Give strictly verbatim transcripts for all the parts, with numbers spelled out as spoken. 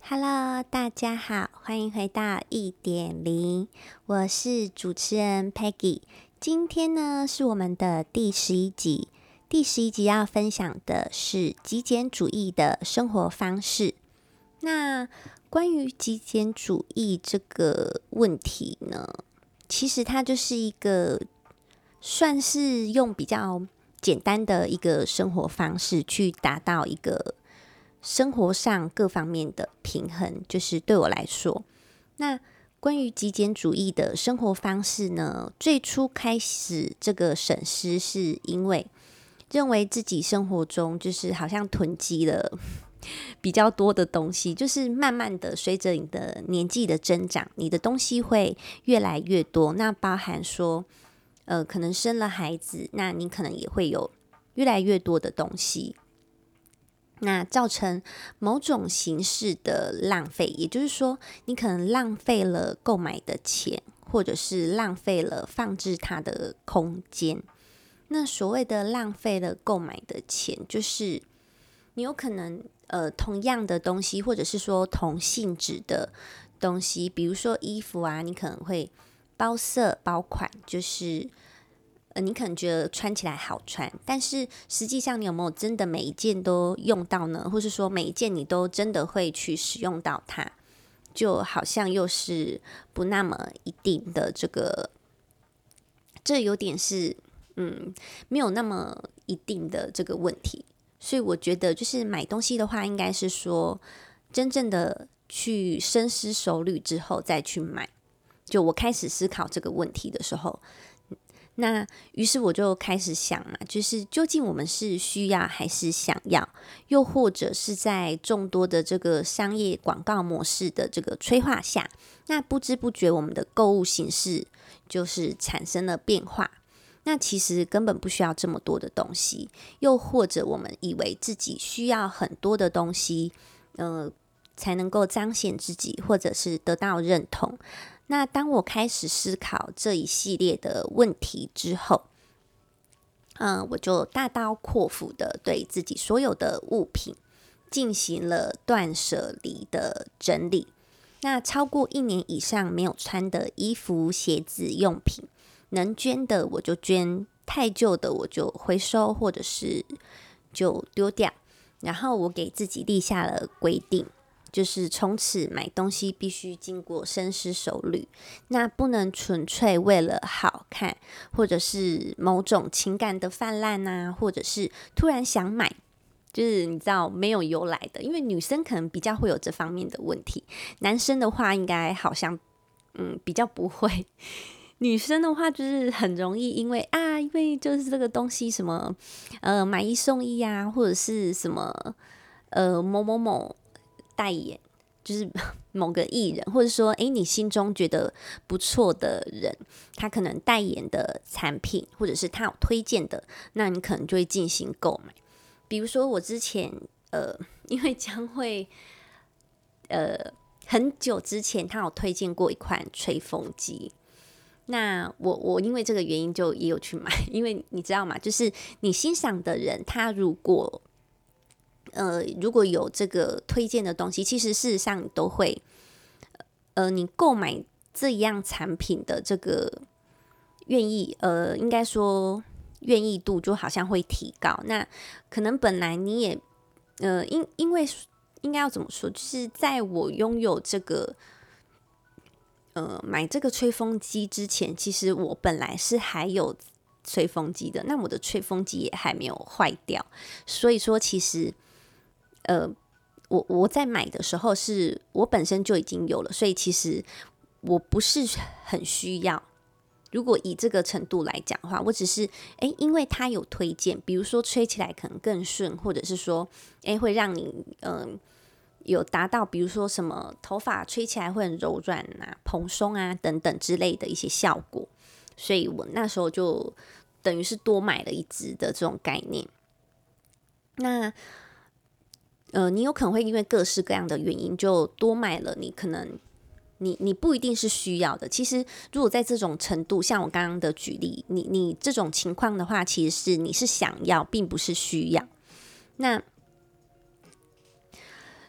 Hello，大家好，欢迎回到一点零，我是主持人 Peggy。今天呢是我们的第十一集，第十一集要分享的是极简主义的生活方式。那关于极简主义这个问题呢，其实它就是一个算是用比较简单的一个生活方式去达到一个生活上各方面的平衡，就是对我来说，那关于极简主义的生活方式呢，最初开始这个审视是因为认为自己生活中就是好像囤积了比较多的东西，就是慢慢的随着你的年纪的增长，你的东西会越来越多。那包含说，呃，可能生了孩子，那你可能也会有越来越多的东西。那造成某种形式的浪费，也就是说，你可能浪费了购买的钱，或者是浪费了放置它的空间。那所谓的浪费了购买的钱，就是你有可能呃同样的东西，或者是说同性质的东西，比如说衣服啊，你可能会包色包款，就是呃，你可能觉得穿起来好穿，但是实际上你有没有真的每一件都用到呢？或是说每一件你都真的会去使用到它，就好像又是不那么一定的这个，这有点是嗯没有那么一定的这个问题。所以我觉得就是买东西的话，应该是说真正的去深思熟虑之后再去买。就我开始思考这个问题的时候，那于是我就开始想嘛，就是究竟我们是需要还是想要，又或者是在众多的这个商业广告模式的这个催化下，那不知不觉我们的购物形式就是产生了变化。那其实根本不需要这么多的东西，又或者我们以为自己需要很多的东西，呃，才能够彰显自己，或者是得到认同。那当我开始思考这一系列的问题之后，嗯，我就大刀阔斧的对自己所有的物品进行了断舍离的整理。那超过一年以上没有穿的衣服、鞋子、用品，能捐的我就捐，太旧的我就回收，或者是就丢掉。然后我给自己立下了规定，就是从此买东西必须经过深思熟虑，那不能纯粹为了好看，或者是某种情感的泛滥啊，或者是突然想买，就是你知道没有由来的。因为女生可能比较会有这方面的问题，男生的话应该好像嗯比较不会。女生的话就是很容易因为啊，因为就是这个东西什么呃买一送一啊，或者是什么呃某某某代言，就是某个艺人，或者说诶你心中觉得不错的人，他可能代言的产品，或者是他有推荐的，那你可能就会进行购买。比如说我之前呃因为将会呃很久之前他有推荐过一款吹风机，那我我因为这个原因就也有去买。因为你知道吗，就是你欣赏的人，他如果呃如果有这个推荐的东西，其实事实上你都会呃你购买这一样产品的这个愿意呃应该说愿意度就好像会提高。那可能本来你也呃因因为应该要怎么说，就是在我拥有这个呃，买这个吹风机之前，其实我本来是还有吹风机的，那我的吹风机也还没有坏掉，所以说其实呃，我我在买的时候是我本身就已经有了，所以其实我不是很需要。如果以这个程度来讲的话，我只是诶，因为它有推荐，比如说吹起来可能更顺，或者是说诶会让你嗯。呃有达到比如说什么头发吹起来会很柔软啊、蓬松啊等等之类的一些效果，所以我那时候就等于是多买了一支的这种概念。那呃，你有可能会因为各式各样的原因就多买了，你可能你你不一定是需要的。其实如果在这种程度，像我刚刚的举例，你你这种情况的话，其实是你是想要，并不是需要。那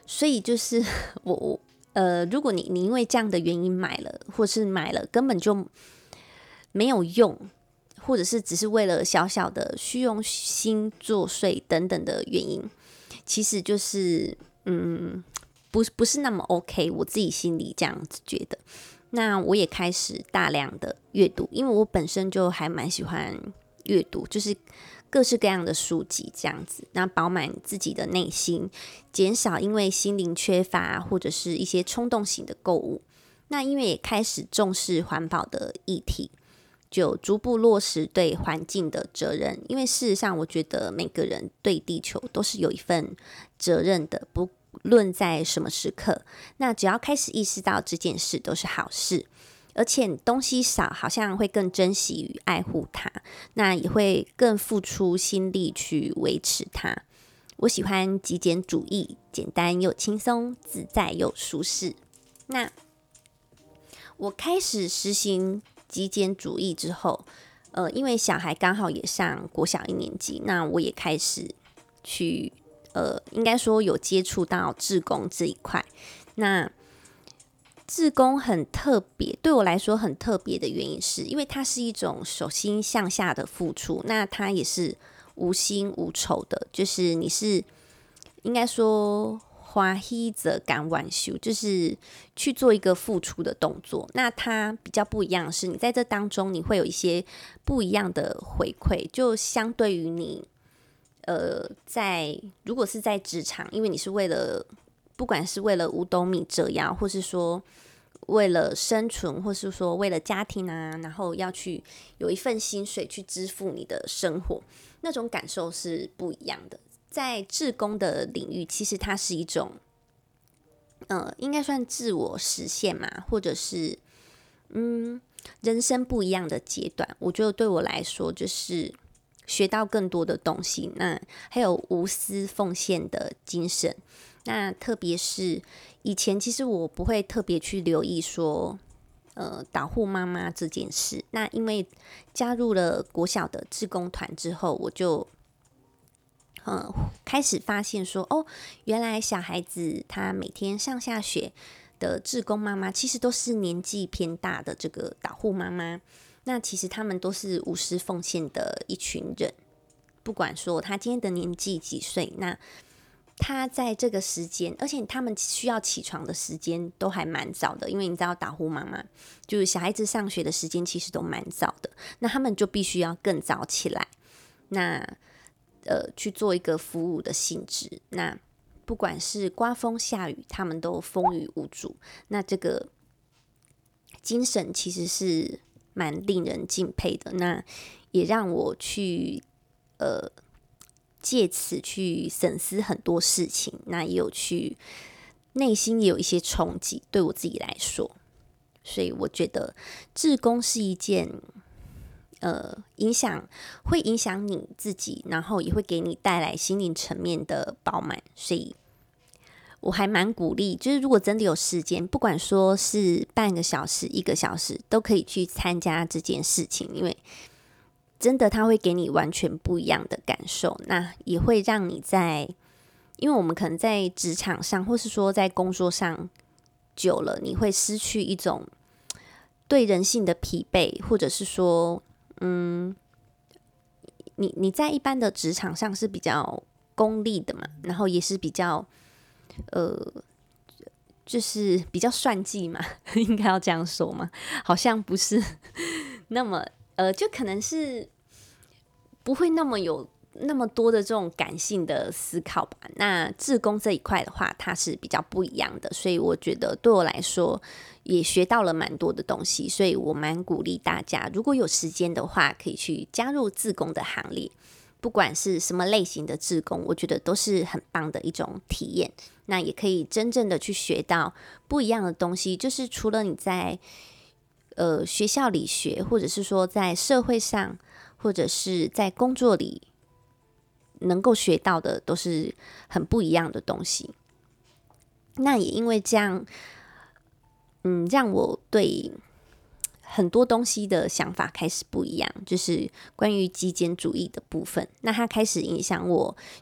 所以就是我我呃，如果你你因为这样的原因买了，或是买了根本就没有用，或者是只是为了小小的虚荣心作祟等等的原因，其实就是嗯，不不是那么 OK， 我自己心里这样子觉得。那我也开始大量的阅读，因为我本身就还蛮喜欢阅读，就是各式各样的书籍这样子，那饱满自己的内心，减少因为心灵缺乏或者是一些冲动型的购物。那因为也开始重视环保的议题，就逐步落实对环境的责任。因为事实上，我觉得每个人对地球都是有一份责任的，不论在什么时刻。那只要开始意识到这件事，都是好事。而且东西少，好像会更珍惜与爱护它，那也会更付出心力去维持它。我喜欢极简主义，简单又轻松，自在又舒适。那我开始实行极简主义之后，呃，因为小孩刚好也上国小一年级，那我也开始去，呃，应该说有接触到志工这一块。那志工很特别，对我来说很特别的原因是因为它是一种手心向下的付出，那它也是无薪无酬的，就是你是应该说欢喜则感晚修，就是去做一个付出的动作。那它比较不一样的是，你在这当中你会有一些不一样的回馈，就相对于你呃在如果是在职场，因为你是为了不管是为了五斗米折腰，或是说为了生存，或是说为了家庭啊，然后要去有一份薪水去支付你的生活，那种感受是不一样的。在志工的领域，其实它是一种呃，应该算自我实现嘛，或者是嗯，人生不一样的阶段。我觉得对我来说，就是学到更多的东西，那还有无私奉献的精神。那特别是以前，其实我不会特别去留意说，呃，导护妈妈这件事。那因为加入了国小的志工团之后，我就，呃，开始发现说，哦，原来小孩子他每天上下学的志工妈妈，其实都是年纪偏大的这个导护妈妈。那其实他们都是无私奉献的一群人，不管说他今天的年纪几岁，那他在这个时间，而且他们需要起床的时间都还蛮早的，因为你知道导护妈妈就是小孩子上学的时间其实都蛮早的，那他们就必须要更早起来，那呃去做一个服务的性质，那不管是刮风下雨，他们都风雨无阻，那这个精神其实是蛮令人敬佩的，那也让我去呃。借此去审思很多事情，那也有去内心也有一些冲击，对我自己来说，所以我觉得志工是一件呃影响会影响你自己，然后也会给你带来心灵层面的饱满，所以我还蛮鼓励，就是如果真的有时间，不管说是半个小时、一个小时，都可以去参加这件事情，因为真的，它会给你完全不一样的感受，那也会让你在，因为我们可能在职场上，或是说在工作上久了，你会失去一种对人性的疲惫，或者是说，嗯，你你在一般的职场上是比较功利的嘛，然后也是比较，呃，就是比较算计嘛，应该要这样说嘛，好像不是那么。呃，就可能是不会那么有那么多的这种感性的思考吧。那志工这一块的话，它是比较不一样的，所以我觉得对我来说也学到了蛮多的东西，所以我蛮鼓励大家，如果有时间的话，可以去加入志工的行列。不管是什么类型的志工，我觉得都是很棒的一种体验。那也可以真正的去学到不一样的东西，就是除了你在呃，学校里学，或者是说在社会上，或者是在工作里能够学到的，都是很不一样的东西。那也因为这样，嗯，让我对很多东西的想法开始不一样，就是关于极简主义的部分。那它开始影响我，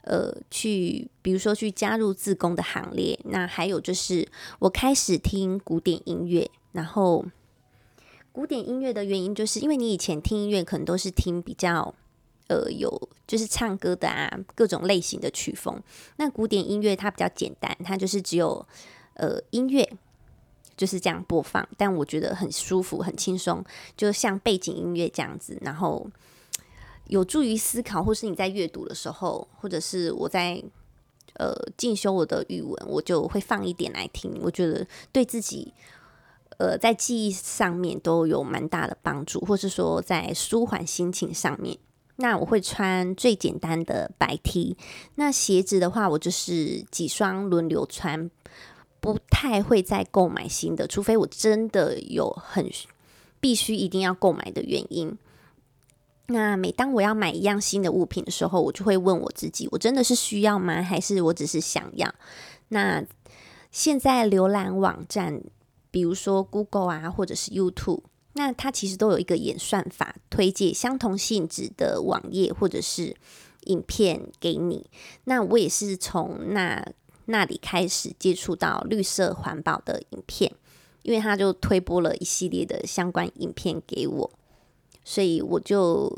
呃，去比如说去加入志工的行列。那还有就是我开始听古典音乐，然后古典音乐的原因就是因为你以前听音乐可能都是听比较呃有就是唱歌的啊各种类型的曲风，那古典音乐它比较简单，它就是只有呃音乐就是这样播放，但我觉得很舒服很轻松，就像背景音乐这样子，然后有助于思考，或是你在阅读的时候，或者是我在呃进修我的语文，我就会放一点来听，我觉得对自己呃在记忆上面都有蛮大的帮助，或是说在舒缓心情上面。那我会穿最简单的白 T， 那鞋子的话我就是几双轮流穿，不太会再购买新的，除非我真的有很必须一定要购买的原因。那每当我要买一样新的物品的时候，我就会问我自己，我真的是需要吗？还是我只是想要？那现在浏览网站，比如说 Google 啊，或者是 YouTube， 那它其实都有一个演算法，推荐相同性质的网页或者是影片给你。那我也是从那那里开始接触到绿色环保的影片，因为他就推播了一系列的相关影片给我，所以我就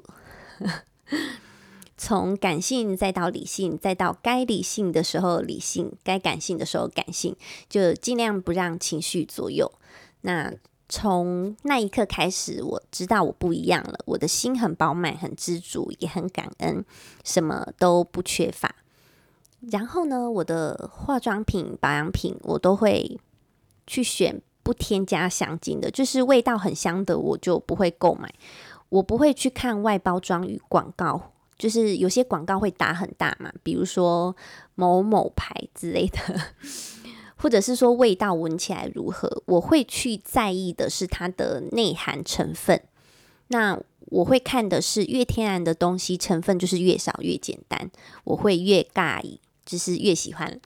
从感性再到理性，再到该理性的时候理性，该感性的时候感性，就尽量不让情绪左右。那从那一刻开始，我知道我不一样了，我的心很饱满，很知足，也很感恩，什么都不缺乏。然后呢，我的化妆品、保养品，我都会去选不添加香精的，就是味道很香的，我就不会购买。我不会去看外包装与广告，就是有些广告会打很大嘛，比如说某某牌之类的，或者是说味道闻起来如何，我会去在意的是它的内涵成分。那我会看的是越天然的东西，成分就是越少越简单，我会越尬意，就是越喜欢。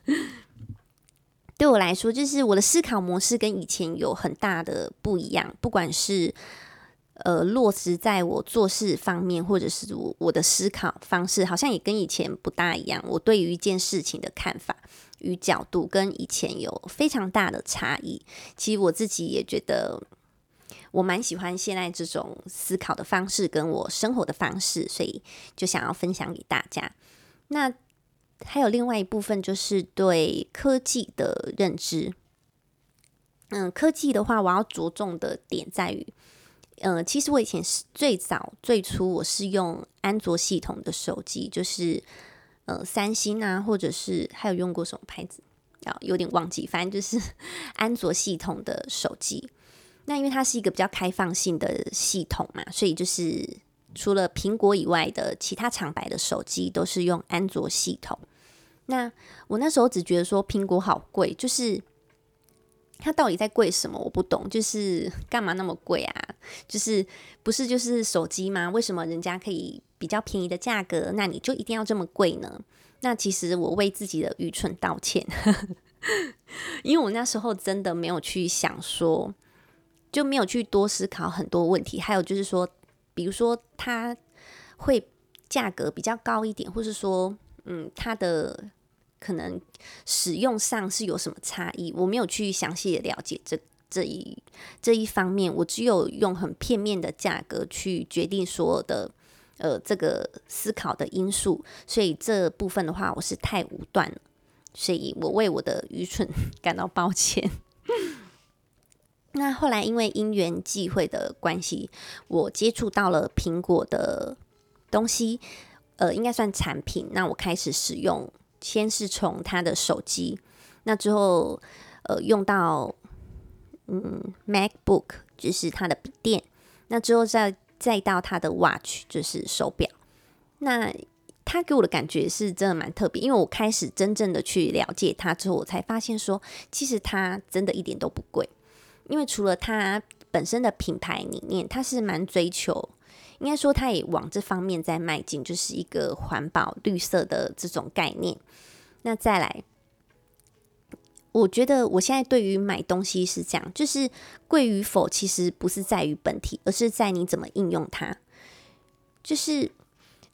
对我来说，就是我的思考模式跟以前有很大的不一样，不管是呃落实在我做事方面，或者是我我的思考方式，好像也跟以前不大一样。我对于一件事情的看法与角度跟以前有非常大的差异。其实我自己也觉得，我蛮喜欢现在这种思考的方式跟我生活的方式，所以就想要分享给大家。那还有另外一部分就是对科技的认知。嗯，科技的话，我要着重的点在于，呃，其实我以前是最早最初我是用安卓系统的手机，就是呃三星啊，或者是还有用过什么牌子，啊，有点忘记，反正就是安卓系统的手机。那因为它是一个比较开放性的系统嘛，所以就是除了苹果以外的其他厂牌的手机都是用安卓系统。那我那时候只觉得说苹果好贵，就是它到底在贵什么我不懂，就是干嘛那么贵啊，就是不是就是手机吗？为什么人家可以比较便宜的价格，那你就一定要这么贵呢？那其实我为自己的愚蠢道歉因为我那时候真的没有去想说，就没有去多思考很多问题。还有就是说，比如说它会价格比较高一点，或是说嗯它的可能使用上是有什么差异，我没有去详细的了解这这一这一方面，我只有用很片面的价格去决定所有的呃这个思考的因素，所以这部分的话我是太武断了，所以我为我的愚蠢感到抱歉。那后来因为因缘际会的关系，我接触到了苹果的东西，呃，应该算产品。那我开始使用，先是从它的手机，那之后呃用到嗯 MacBook， 就是它的笔电，那之后再再到它的 Watch， 就是手表。那它给我的感觉是真的蛮特别，因为我开始真正的去了解它之后，我才发现说，其实它真的一点都不贵。因为除了它本身的品牌理念，它是蛮追求，应该说它也往这方面在迈进，就是一个环保绿色的这种概念。那再来，我觉得我现在对于买东西是这样，就是贵与否其实不是在于本体，而是在你怎么应用它。就是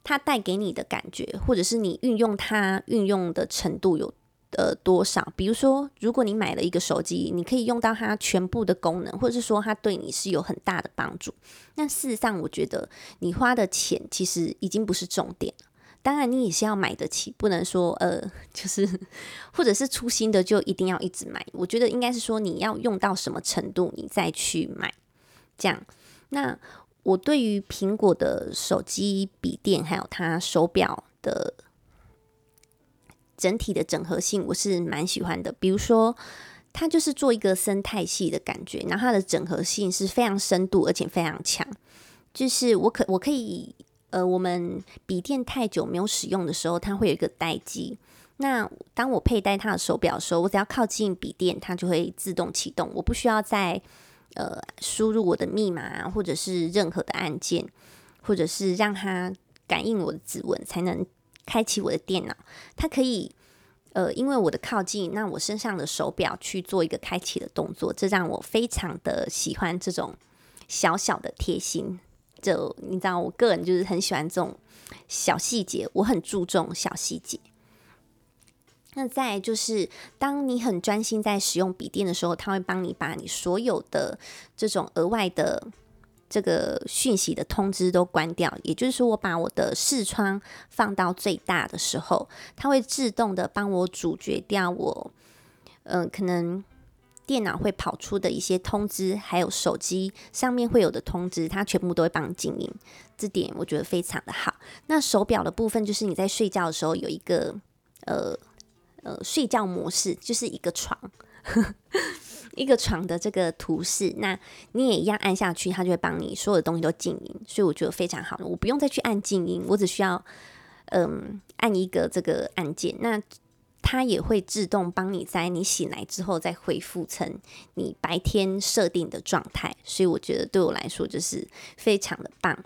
它带给你的感觉，或者是你运用它运用的程度有呃多少。比如说，如果你买了一个手机，你可以用到它全部的功能，或者是说它对你是有很大的帮助，那事实上我觉得你花的钱其实已经不是重点了。当然你也是要买得起，不能说呃就是或者是出新的就一定要一直买。我觉得应该是说你要用到什么程度你再去买这样。那我对于苹果的手机、笔电还有它手表的整体的整合性我是蛮喜欢的。比如说它就是做一个生态系的感觉，然后它的整合性是非常深度而且非常强。就是我可我可以呃，我们笔电太久没有使用的时候，它会有一个待机。那当我佩戴它的手表的时候，我只要靠近笔电，它就会自动启动，我不需要再呃输入我的密码，或者是任何的按键，或者是让它感应我的指纹才能开启我的电脑。它可以呃，因为我的靠近，那我身上的手表去做一个开启的动作，这让我非常的喜欢这种小小的贴心。就你知道，我个人就是很喜欢这种小细节，我很注重小细节。那再来就是，当你很专心在使用笔电的时候，它会帮你把你所有的这种额外的这个讯息的通知都关掉。也就是说，我把我的视窗放到最大的时候，它会自动的帮我阻绝掉我，嗯、呃，可能电脑会跑出的一些通知，还有手机上面会有的通知，它全部都会帮你静音。这点我觉得非常的好。那手表的部分，就是你在睡觉的时候有一个呃呃睡觉模式，就是一个床一个床的这个图示，那你也一样按下去，它就会帮你所有的东西都静音。所以我觉得非常好，我不用再去按静音，我只需要嗯按一个这个按键，那它也会自动帮你在你醒来之后再恢复成你白天设定的状态。所以我觉得对我来说就是非常的棒。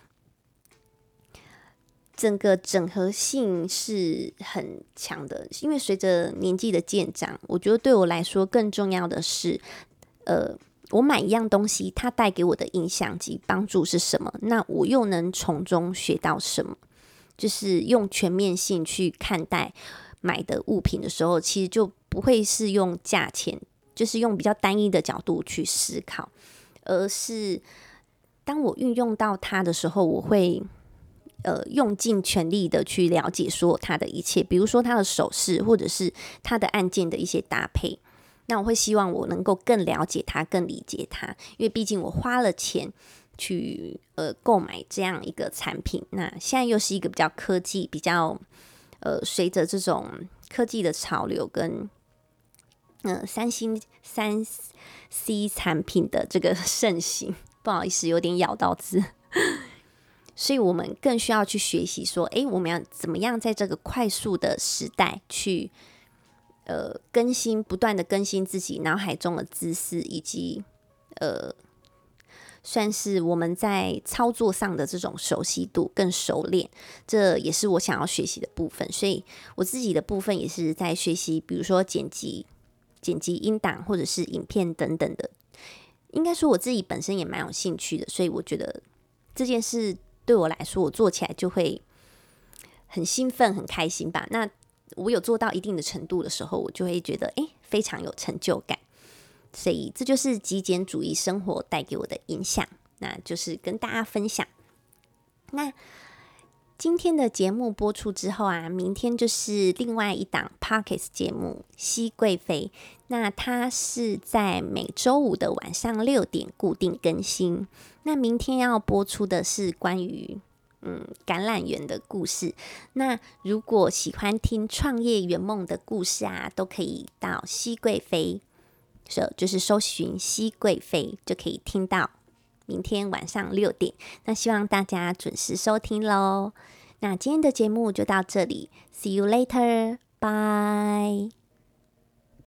整个整合性是很强的，因为随着年纪的渐长，我觉得对我来说更重要的是，呃，我买一样东西，它带给我的影响及帮助是什么？那我又能从中学到什么？就是用全面性去看待买的物品的时候，其实就不会是用价钱，就是用比较单一的角度去思考，而是当我运用到它的时候，我会呃用尽全力的去了解说它的一切，比如说它的手势，或者是它的按键的一些搭配。那我会希望我能够更了解它，更理解它，因为毕竟我花了钱去呃购买这样一个产品。那现在又是一个比较科技，比较呃随着这种科技的潮流跟呃三星三 C 产品的这个盛行，不好意思，有点咬到字。所以我们更需要去学习说，诶，我们要怎么样在这个快速的时代去呃更新，不断的更新自己脑海中的知识，以及呃算是我们在操作上的这种熟悉度更熟练，这也是我想要学习的部分。所以我自己的部分也是在学习，比如说剪辑剪辑音档或者是影片等等的。应该说我自己本身也蛮有兴趣的，所以我觉得这件事对我来说，我做起来就会很兴奋很开心吧。那我有做到一定的程度的时候，我就会觉得诶非常有成就感。所以这就是极简主义生活带给我的影响，那就是跟大家分享。那今天的节目播出之后啊，明天就是另外一档 Podcast 节目《熹贵妃》，那它是在每周五的晚上六点固定更新。那明天要播出的是关于嗯橄榄园的故事。那如果喜欢听创业圆梦的故事啊，都可以到熹贵妃，就是搜寻熹贵妃就可以听到明天晚上六点。那希望大家准时收听咯。那今天的节目就到这里， See you later， bye。